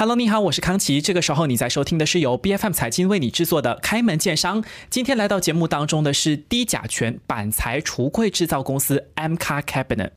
Hello， 你好，我是康琪。这个时候你在收听的是由 BFM 财经为你制作的开门见商。今天来到节目当中的是低甲醛板材橱柜制造公司 MCA Cabinet。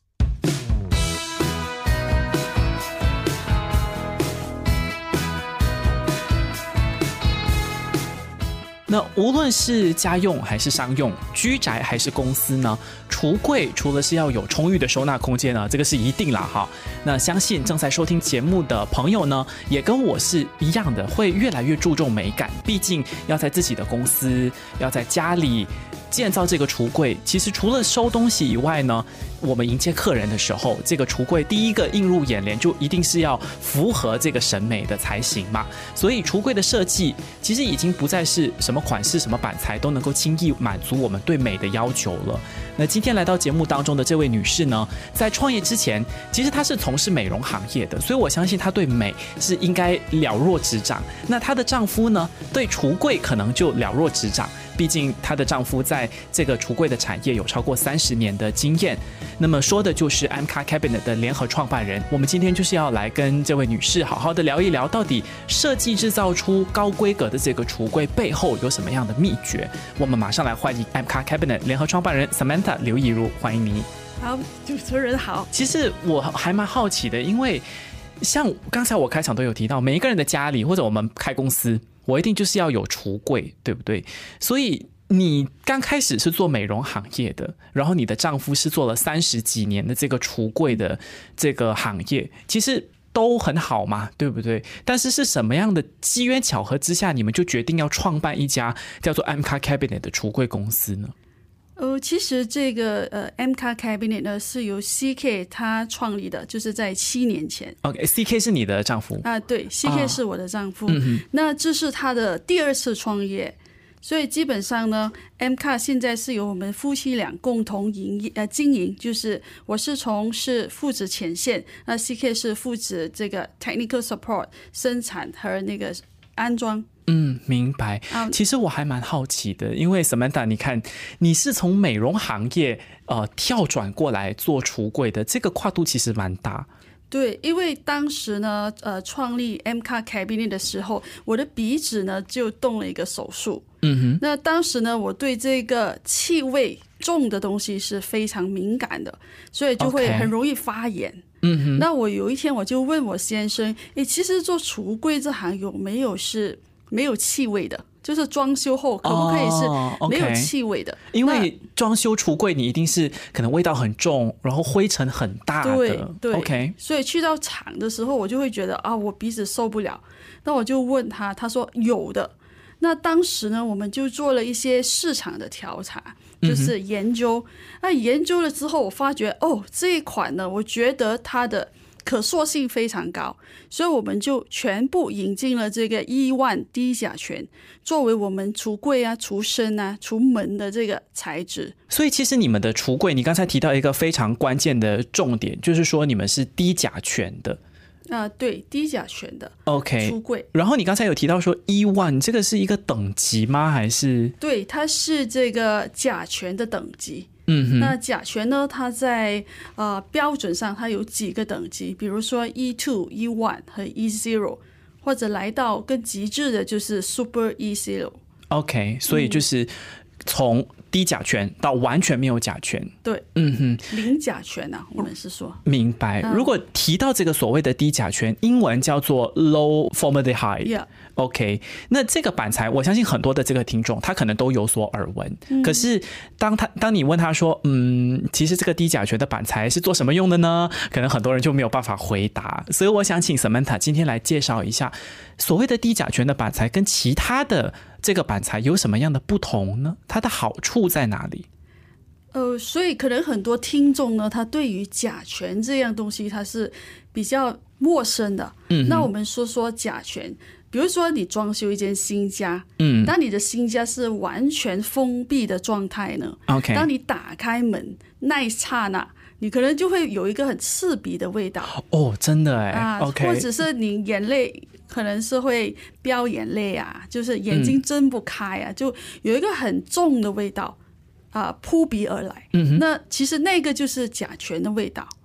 那无论是家用还是商用，居宅还是公司呢，橱柜除了是要有充裕的收纳空间呢，这个是一定啦哈。那相信正在收听节目的朋友呢，也跟我是一样的，会越来越注重美感。毕竟要在自己的公司，要在家里建造这个橱柜，其实除了收东西以外呢，我们迎接客人的时候，这个橱柜第一个映入眼帘就一定是要符合这个审美的才行嘛。所以橱柜的设计其实已经不再是什么款式、什么板材都能够轻易满足我们对美的要求了。那今天来到节目当中的这位女士呢，在创业之前，其实她是从事美容行业的，所以我相信她对美是应该了若指掌。那她的丈夫呢，对橱柜可能就了若指掌。毕竟她的丈夫在这个橱柜的产业有超过30年的经验，那么说的就是 MCA Cabinet 的联合创办人。我们今天就是要来跟这位女士好好的聊一聊，到底设计制造出高规格的这个橱柜背后有什么样的秘诀。我们马上来欢迎 MCA Cabinet 联合创办人 Samantha 刘以如，欢迎你。 好，主持人好。 其实我还蛮好奇的，因为像刚才我开场都有提到，每一个人的家里或者我们开公司，我一定就是要有橱柜，对不对？所以你刚开始是做美容行业的，然后你的丈夫是做了30几年的这个橱柜的这个行业，其实都很好嘛，对不对？但是是什么样的机缘巧合之下，你们就决定要创办一家叫做 MCA Cabinet 的橱柜公司呢？ 其实这个MCA Cabinet 呢是由 CK 他创立的，就是在7年前。 OK，CK 是你的丈夫啊？对，CK 是我的丈夫。那这是他的第2次创业，所以基本上呢 MCA 现在是由我们夫妻俩共同经营，就是我是从事负责前线，那 CK 是负责这个 technical support 生产和那个安装。 明白。其实我还蛮好奇的，因为 Samantha 你看你是从美容行业跳转过来做橱柜的，这个跨度其实蛮大。 对，因为当时呢创立 MCA Cabinet 的时候，我的鼻子呢就动了一个手术。那当时呢我对这个气味重的东西是非常敏感的，所以就会很容易发炎。那我有一天我就问我先生，其实做橱柜这行有没有是没有气味的，就是装修后可不可以是没有气味的？因为装修橱柜你一定是可能味道很重，然后灰尘很大的。 对 OK， 所以去到厂的时候我就会觉得我鼻子受不了。那我就问他，他说有的。那当时呢我们就做了一些市场的调查，就是研究。那研究了之后我发觉这一款呢，我觉得它的可塑性非常高，所以我们就全部引进了这个E1低甲醛作为我们橱柜橱身橱门的这个材质。 所以其实你们的橱柜，你刚才提到一个非常关键的重点，就是说你们是低甲醛的。 对，低甲醛的 OK 橱柜。 然后你刚才有提到说E1，这个是一个等级吗？还是？对， 它是这个甲醛的等级。那甲醛呢，它在标准上它有几个等级，比如说 E2、E1 和 E0， 或者来到更极致的就是 Super E0。 OK， 所以就是从低甲醛到完全没有甲醛。 对，零甲醛我们是说。明白。如果提到这个所谓的低甲醛，英文叫做 low formaldehyde。OK， 那这个板材，我相信很多的这个听众他可能都有所耳闻。可是当你问他说，其实这个低甲醛的板材是做什么用的呢？可能很多人就没有办法回答。所以我想请 Samantha 今天来介绍一下，所谓的低甲醛的板材跟其他的这个板材有什么样的不同呢？它的好处在哪里？ 所以可能很多听众呢，他对于甲醛这样东西他是比较陌生的。那我们说说甲醛。比如说你装修一间新家，当你的新家是完全封闭的状态呢，当你打开门那一刹那，你可能就会有一个很刺鼻的味道。真的OK， 或者是你眼泪可能是会飙眼泪就是眼睛睁不开就有一个很重的味道扑鼻而来。那其实那个就是甲醛的味道。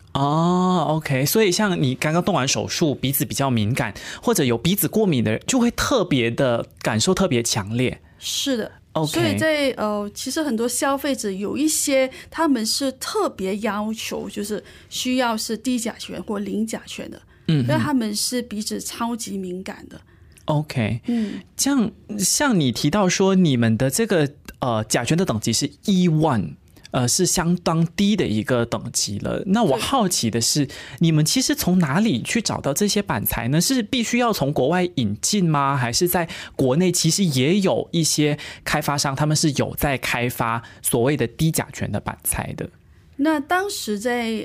哦，OK， 所以像你刚刚动完手术，鼻子比较敏感，或者有鼻子过敏的人，就会特别的感受特别强烈。 是的。 OK， 所以在其实很多消费者有一些他们是特别要求，就是需要是低甲醛或零甲醛的，因为他们是鼻子超级敏感的。 OK， 这样像你提到说你们的这个甲醛的等级是E1。是相当低的一个等级了。那我好奇的是，你们其实从哪里去找到这些板材呢？是必须要从国外引进吗？还是在国内其实也有一些开发商，他们是有在开发所谓的低甲醛的板材的？ 那当时在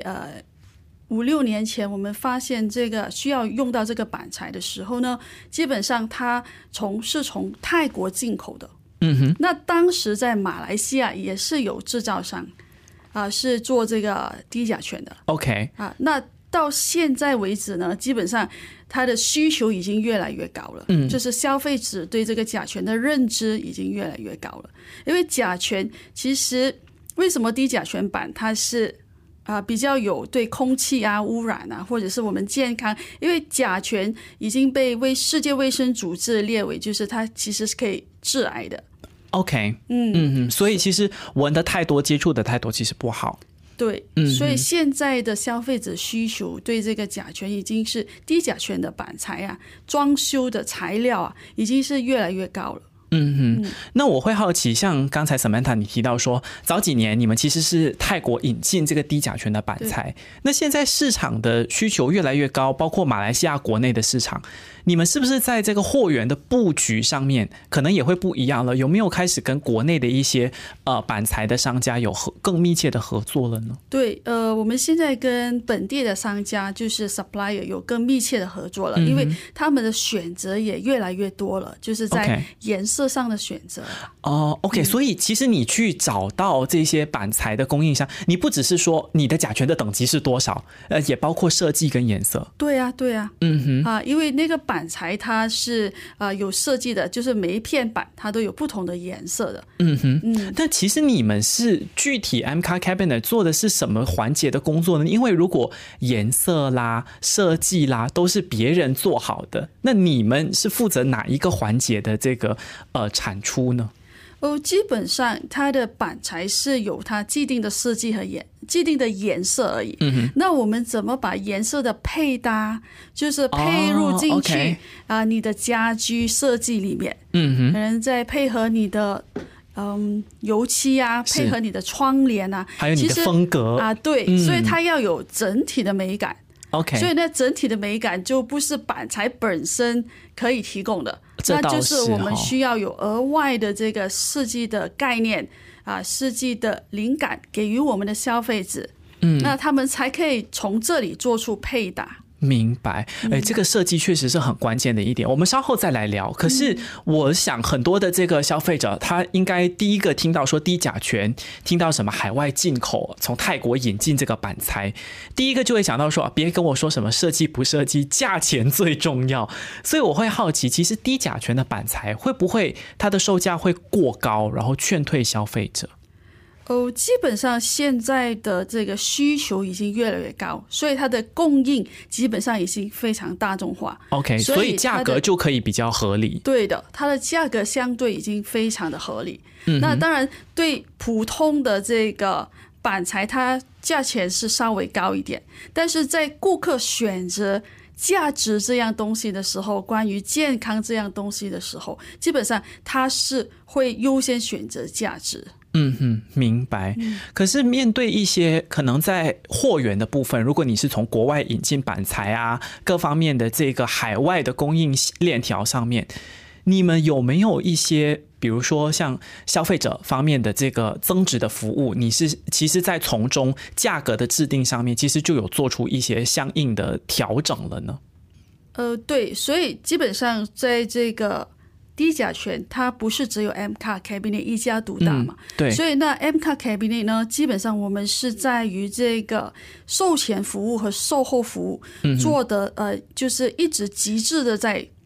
5-6年前，我们发现这个需要用到这个板材的时候呢，基本上它是从泰国进口的。那当时在马来西亚也是有制造商是做这个低甲醛的。 OK 那到现在为止呢，基本上它的需求已经越来越高了。就是消费者对这个甲醛的认知已经越来越高了。因为甲醛其实为什么低甲醛板它是比较有对空气污染或者是我们健康，因为甲醛已经被世界卫生组织列为就是它其实是可以致癌的。 OK， 所以其实闻的太多，接触的太多，其实不好。 对，所以现在的消费者需求对这个甲醛已经是低甲醛的板材装修的材料已经是越来越高了。 那我会好奇，像刚才 Samantha 你提到说，早几年你们其实是泰国引进这个低甲醛的板材，那现在市场的需求越来越高，包括马来西亚国内的市场，你们是不是在这个货源的布局上面可能也会不一样了？有没有开始跟国内的一些板材的商家有更密切的合作了呢？ 对，我们现在跟本地的商家就是 supplier 有更密切的合作了，因为他们的选择也越来越多了，就是在颜色上的选择。 OK， 所以其实你去找到这些板材的供应商，你不只是说你的甲醛的等级是多少，也包括设计跟颜色。 对啊，因为那个板材它是有设计的，就是每一片板它都有不同的颜色的。 但其实你们是具体 MCAR Cabinet 做的是什么环节的工作呢？因为如果颜色啦、设计啦都是别人做好的，那你们是负责哪一个环节的这个产出呢？ 基本上它的板材是有它既定的设计和既定的颜色而已。那我们怎么把颜色的配搭，就是配入进去你的家居设计里面，可能再配合你的油漆配合你的窗帘还有你的风格对，所以它要有整体的美感。 OK， 所以那整体的美感就不是板材本身可以提供的，那就是我们需要有额外的这个设计的概念设计的灵感给予我们的消费者，那他们才可以从这里做出配搭。 明白，这个设计确实是很关键的一点，我们稍后再来聊。可是我想很多的这个消费者，他应该第一个听到说低甲醛，听到什么海外进口，从泰国引进这个板材，第一个就会想到说别跟我说什么设计不设计，价钱最重要。所以我会好奇，其实低甲醛的板材会不会它的售价会过高，然后劝退消费者？ 基本上现在的这个需求已经越来越高，所以它的供应基本上已经非常大众化。 OK， 所以价格就可以比较合理。 对的，它的价格相对已经非常的合理。那当然，对普通的这个板材，它价钱是稍微高一点，但是在顾客选择价值这样东西的时候，关于健康这样东西的时候，基本上它是会优先选择价值。 明白。可是面对一些可能在货源的部分，如果你是从国外引进板材各方面的这个海外的供应链条上面，你们有没有一些比如说像消费者方面的这个增值的服务，你是其实在从中价格的制定上面其实就有做出一些相应的调整了呢？ 对，所以基本上在这个低甲醛它不是只有 MCAR Cabinet 一家独大嘛， 对， 所以那 MCAR Cabinet 呢，基本上我们是在于这个售前服务和售后服务做的就是一直极致的在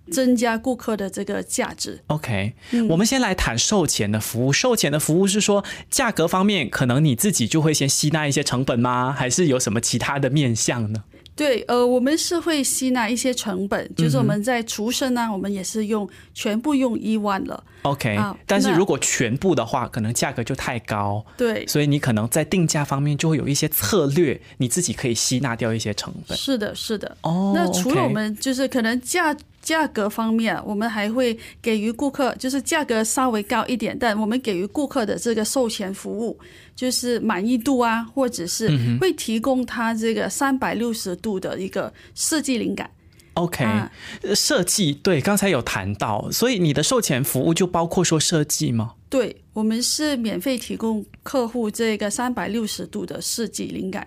增加顾客的这个价值。 OK，我们先来谈售前的服务。售前的服务是说价格方面可能你自己就会先吸纳一些成本吗？还是有什么其他的面向呢？ 对，我们是会吸纳一些成本，就是我们在厨师呢，我们也是全部用1万了。 OK，但是如果全部的话，可能价格就太高。 对， 所以你可能在定价方面就会有一些策略，你自己可以吸纳掉一些成本。 是的，是的。 那除了我们就是可能价格方面，我们还会给予顾客，就是价格稍微高一点，但我们给予顾客的这个售前服务，就是满意度啊，或者是会提供他这个360度的一个设计灵感。 OK，设计，对，刚才有谈到，所以你的售前服务就包括说设计吗？ 对，我们是免费提供客户这个360度的设计灵感。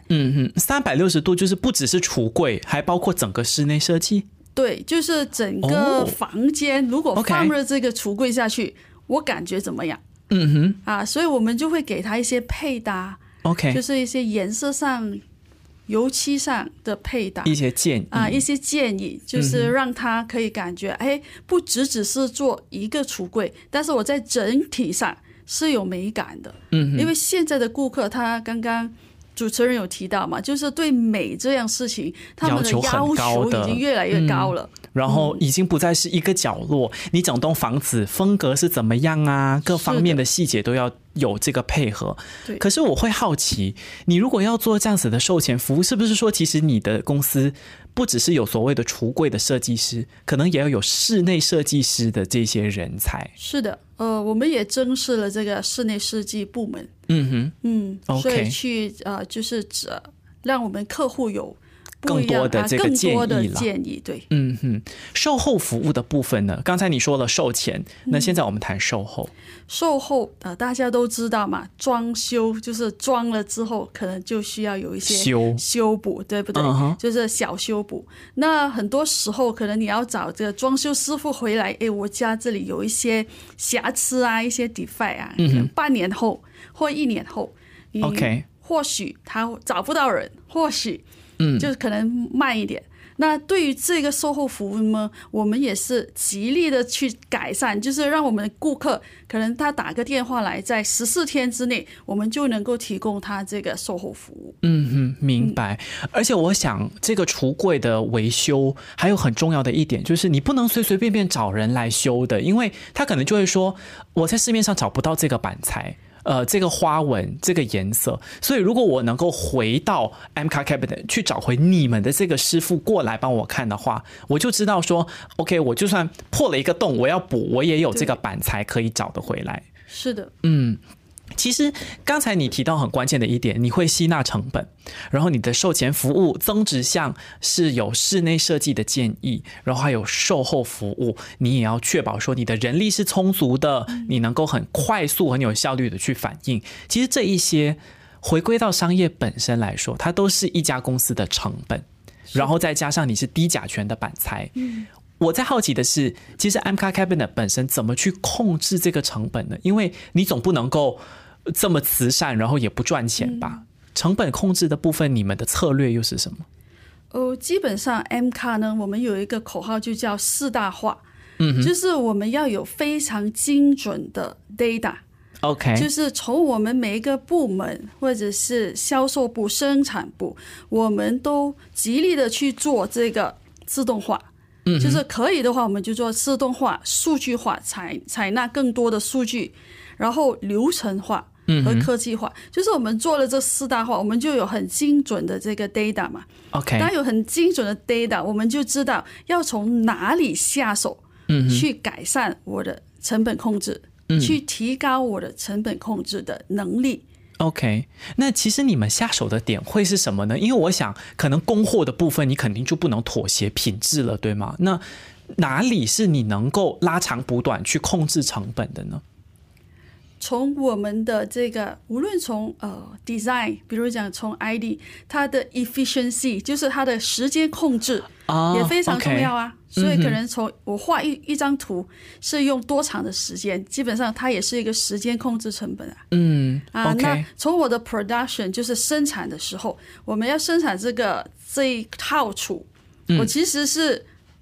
360度就是不只是橱柜，还包括整个室内设计。 对，就是整个房间，如果放了这个橱柜下去，我感觉怎么样？所以我们就会给他一些配搭。 OK， 就是一些颜色上、油漆上的配搭， 一些建议， 就是让他可以感觉，不只是做一个橱柜，但是我在整体上是有美感的。因为现在的顾客，他刚刚主持人有提到嘛，就是对美这样事情，他们的要求已经越来越高了。 然后已经不再是一个角落，你整栋房子风格是怎么样啊，各方面的细节都要有这个配合。可是我会好奇，你如果要做这样子的售前服务，是不是说其实你的公司不只是有所谓的橱柜的设计师，可能也要有室内设计师的这些人才？ 是的，我们也增设了这个室内设计部门。所以就是让我们客户有更多的这个建议。对， 售后服务的部分呢？刚才你说了售前，那现在我们谈售后。 售后大家都知道嘛，装修就是装了之后，可能就需要有一些修补，对不对？就是小修补。那很多时候可能你要找这个装修师傅回来，我家这里有一些瑕疵啊，一些 defect 啊，可能半年后或1年后，OK， 或许他找不到人，或许就是可能慢一点。那对于这个售后服务呢，我们也是极力的去改善，就是让我们顾客可能他打个电话来，在14天之内，我们就能够提供他这个售后服务。 明白。而且我想，这个橱柜的维修还有很重要的一点，就是你不能随随便便找人来修的，因为他可能就会说，我在市面上找不到这个板材。这个花纹，这个颜色，所以如果我能够回到 MCAR Cabinet 去找回你们的这个师傅过来帮我看的话，我就知道说 OK， 我就算破了一个洞，我要补，我也有这个板材可以找得回来。 是的， 其实刚才你提到很关键的一点，你会吸纳成本，然后你的售前服务增值项是有室内设计的建议，然后还有售后服务，你也要确保说你的人力是充足的，你能够很快速很有效率的去反应。其实这一些回归到商业本身来说，它都是一家公司的成本，然后再加上你是低甲醛的板材。我在好奇的是，其实 MCAR Cabinet 本身怎么去控制这个成本呢？因为你总不能够这么慈善，然后也不赚钱吧？成本控制的部分，你们的策略又是什么？ 基本上 MCAR 呢，我们有一个口号就叫4大化，就是我们要有非常精准的 data。OK， 就是从我们每一个部门，或者是销售部、生产部，我们都极力的去做这个自动化。就是可以的话，我们就做自动化、数据化，采纳更多的数据，然后流程化和科技化。就是我们做了这4大化，我们就有很精准的这个 data 嘛。 OK， 当有很精准的 data， 我们就知道要从哪里下手，去改善我的成本控制，去提高我的成本控制的能力。 OK， 那其实你们下手的点会是什么呢？因为我想可能供货的部分你肯定就不能妥协品质了，对吗？那哪里是你能够拉长补短去控制成本的呢？ 从我们的这个无论从design， 比如讲从 ID， 它的 efficiency 就是它的时间控制也非常重要啊。所以可能从我画一张图是用多长的时间，基本上它也是一个时间控制成本啊。那从我的 production 就是生产的时候，我们要生产这一套橱，我其实是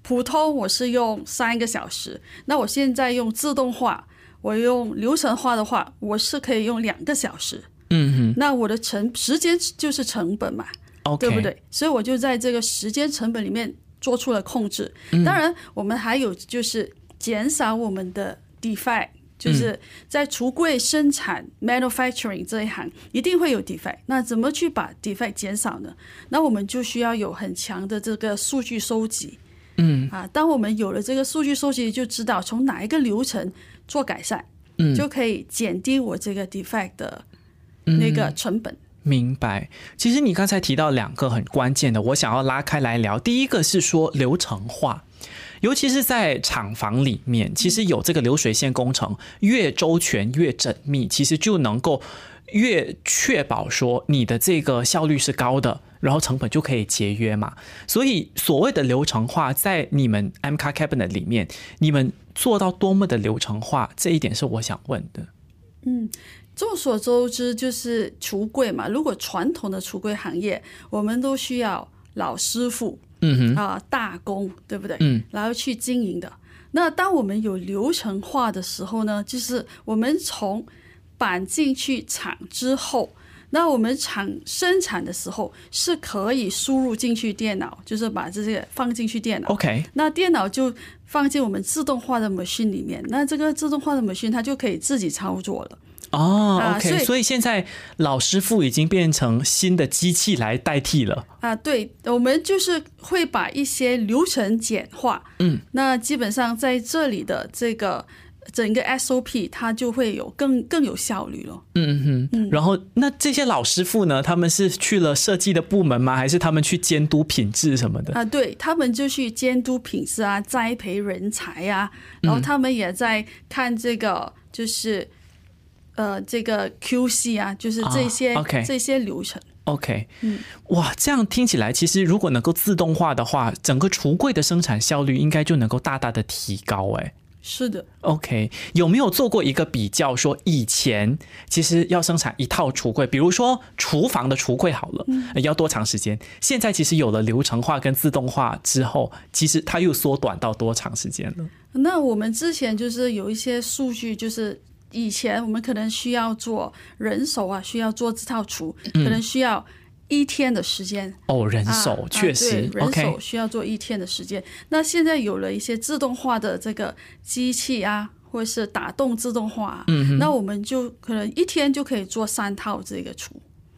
普通我是用3个小时，那我现在用自动化，我用流程化的话，我是可以用2个小时。那我的时间就是成本嘛，对不对？所以我就在这个时间成本里面做出了控制。当然，我们还有就是减少我们的 defect， 就是在橱柜生产 manufacturing 这一行一定会有 defect。那怎么去把 defect 减少呢？那我们就需要有很强的这个数据收集。当我们有了这个数据收集，就知道从哪一个流程做改善，就可以减低我这个 defect 的那个成本。 明白。其实你刚才提到2个很关键的，我想要拉开来聊。第一个是说流程化，尤其是在厂房里面，其实有这个流水线工程越周全越缜密，其实就能够越确保说你的这个效率是高的，然后成本就可以节约嘛。所以所谓的流程化，在你们 MCAR Cabinet 里面，你们做到多么的流程化，这一点是我想问的。 众所周知，就是橱柜嘛。如果传统的橱柜行业，我们都需要老师傅，大工，对不对？然后去经营的。那当我们有流程化的时候呢，就是我们从板进去厂之后，那我们厂生产的时候是可以输入进去电脑，就是把这些放进去电脑。 OK， 那电脑就放进我们自动化的 machine 里面。那这个自动化的 machine 它就可以自己操作了。 OK， 所以现在老师傅已经变成新的机器来代替了。 对，我们就是会把一些流程简化。那基本上在这里的这个整个 SOP 它就会有更有效率了。 然后那这些老师傅呢，他们是去了设计的部门吗？还是他们去监督品质什么的？ 对，他们就去监督品质啊，栽培人才啊，然后他们也在看这个就是这个 QC 啊，就是这些流程。 OK， 哇，这样听起来，其实如果能够自动化的话，整个橱柜的生产效率应该就能够大大的提高。 是的。 OK， 有没有做过一个比较，说以前其实要生产一套橱柜，比如说厨房的橱柜好了，要多长时间？现在其实有了流程化跟自动化之后，其实它又缩短到多长时间了？ 那我们之前就是有一些数据，就是以前我们可能需要做人手啊，需要做这套橱，可能需要1天的时间。 人手确实， 对，人手需要做1天的时间。那现在有了一些自动化的这个机器啊，或者是打洞自动化那我们就可能1天就可以做3套这个橱。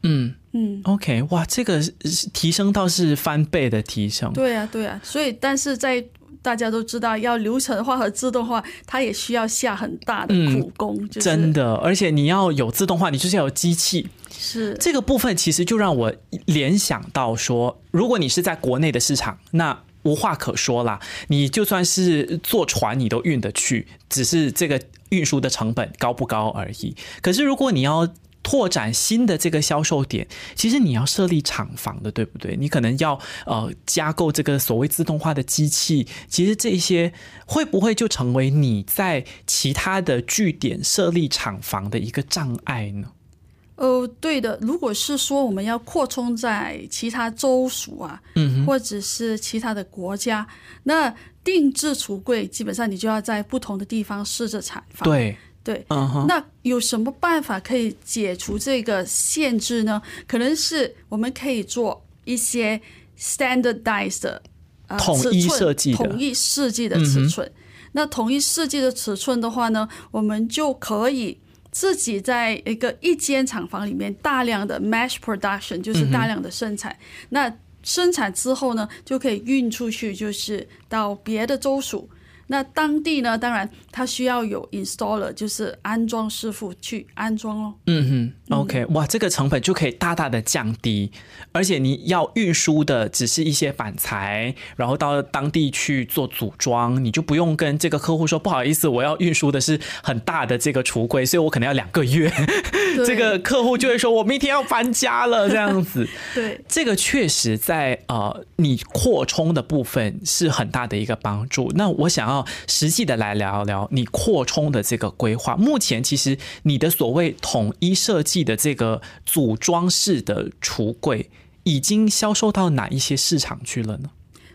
OK， 哇，这个提升倒是翻倍的提升。 对啊，所以但是大家都知道，要流程化和自动化，它也需要下很大的苦功。 真的，而且你要有自动化，你就是要有机器。 是这个部分，其实就让我联想到说，如果你是在国内的市场，那无话可说啦。你就算是坐船，你都运得去，只是这个运输的成本高不高而已。可是如果你要拓展新的这个销售点，其实你要设立厂房的，对不对？你可能要加购这个所谓自动化的机器，其实这些会不会就成为你在其他的据点设立厂房的一个障碍呢？ 对的。如果是说我们要扩充在其他州属啊，或者是其他的国家，那定制橱柜基本上你就要在不同的地方设置厂房。对，那有什么办法可以解除这个限制呢？可能是我们可以做一些 standardized 的统一设计的尺寸。那统一设计的尺寸的话呢，我们就可以自己在一间厂房里面大量的 mass production， 就是大量的生产。那生产之后呢，就可以运出去，就是到别的州属。那当地呢，当然它需要有 installer， 就是安装师傅去安装哦。 OK， 哇，这个成本就可以大大的降低，而且你要运输的只是一些板材，然后到当地去做组装，你就不用跟这个客户说不好意思，我要运输的是很大的这个橱柜，所以我可能要2个月。这个客户就会说我明天要搬家了这样子。 对， 这个确实在你扩充的部分是很大的一个帮助。那我想要实际的来聊聊你扩充的这个规划。目前其实你的所谓统一设计的这个组装式的橱柜已经销售到哪一些市场去了呢？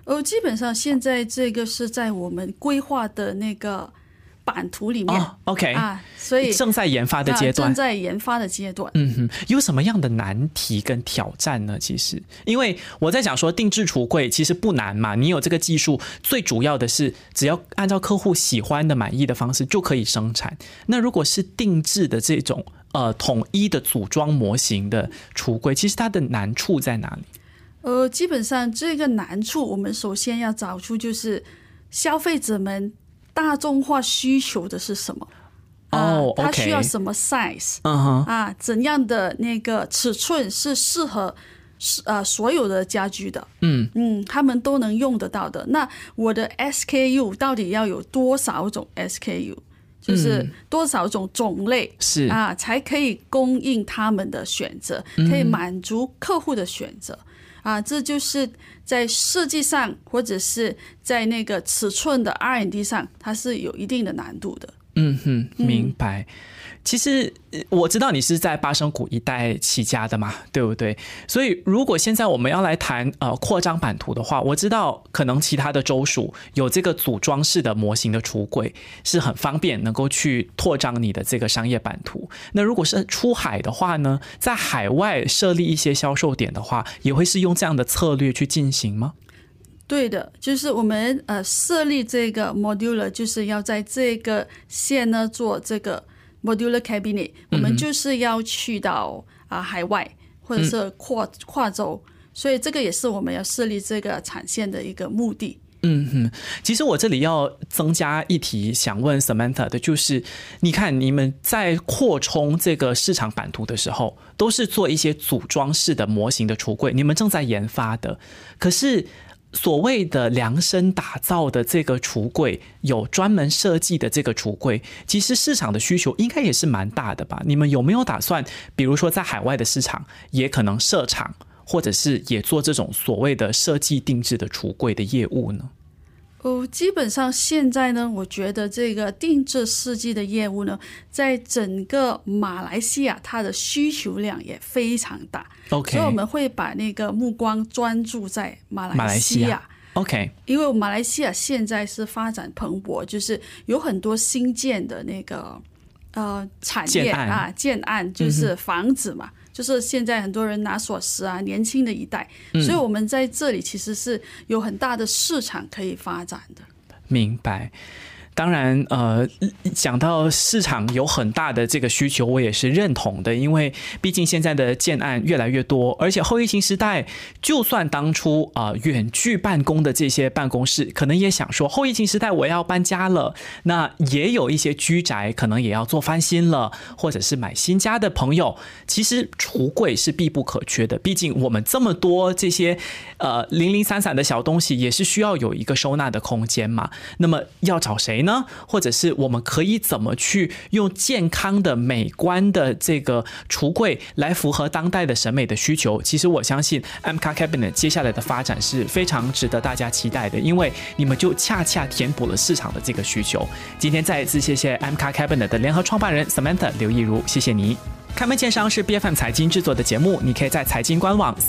基本上现在这个是在我们规划的那个版图里面 ，OK 所以正在研发的阶段， 正在研发的阶段。 有什么样的难题跟挑战呢？其实，因为我在讲说定制橱柜其实不难嘛，你有这个技术，最主要的是只要按照客户喜欢的、满意的方式就可以生产。那如果是定制的这种统一的组装模型的橱柜，其实它的难处在哪里？ 基本上这个难处，我们首先要找出就是消费者们大众化需求的是什么。他需要什么 size？ 怎样的那个尺寸是适合所有的家居的？他们都能用得到的。那我的 SKU 到底要有多少种 SKU？就是多少种种类是才可以供应他们的选择，可以满足客户的选择。这就是在设计上或者是在那个尺寸的 R&D 上，它是有一定的难度的。 明白。其实我知道你是在巴生谷一带起家的嘛，对不对？所以如果现在我们要来谈扩张版图的话，我知道可能其他的州属有这个组装式的模型的橱柜是很方便能够去拓张你的这个商业版图。那如果是出海的话呢，在海外设立一些销售点的话，也会是用这样的策略去进行吗？ 对的，就是我们设立这个 modular， 就是要在这个线呢做这个 modular cabinet， 我们就是要去到海外或者是跨州，所以这个也是我们要设立这个产线的一个目的。 其实我这里要增加一题想问 Samantha 的就是，你看你们在扩充这个市场版图的时候，都是做一些组装式的模型的橱柜，你们正在研发的，可是所谓的量身打造的这个橱柜，有专门设计的这个橱柜，其实市场的需求应该也是蛮大的吧？你们有没有打算，比如说在海外的市场也可能设厂，或者是也做这种所谓的设计定制的橱柜的业务呢？ 基本上现在呢，我觉得这个定制设计的业务呢，在整个马来西亚它的需求量也非常大。所以我们会把那个目光专注在马来西亚。因为马来西亚现在是发展蓬勃，就是有很多新建的那个产业建案就是房子嘛。就是现在很多人拿锁匙年轻的一代，所以我们在这里其实是有很大的市场可以发展的。 明白。当然讲到市场有很大的这个需求，我也是认同的，因为毕竟现在的建案越来越多，而且后疫情时代，就算当初远距办公的这些办公室可能也想说后疫情时代我要搬家了，那也有一些居宅可能也要做翻新了，或者是买新家的朋友，其实橱柜是必不可缺的，毕竟我们这么多这些零零散散的小东西也是需要有一个收纳的空间嘛。那么要找谁呢？或者是我们可以怎么去用健康的美观的这个橱柜来符合当代的审美的需求？其实我相信 MCAR Cabinet 接下来的发展是非常值得大家期待的，因为你们就恰恰填补了市场的这个需求。今天再一次谢谢 MCAR Cabinet 的联合创办人 Samantha 刘益如，谢谢你。开门见山是 BFM 财经制作的节目，你可以在财经官网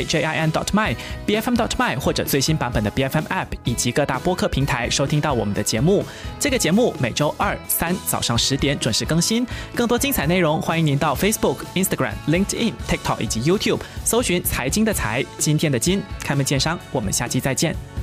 caijin.my、bfm.my 或者最新版本的 BFM App 以及各大播客平台收听到我们的节目。这个节目每周2、3早上10点准时更新。更多精彩内容，欢迎您到 Facebook、Instagram、LinkedIn、TikTok 以及 YouTube 搜寻财经的财，今天的金。开门见山，我们下期再见。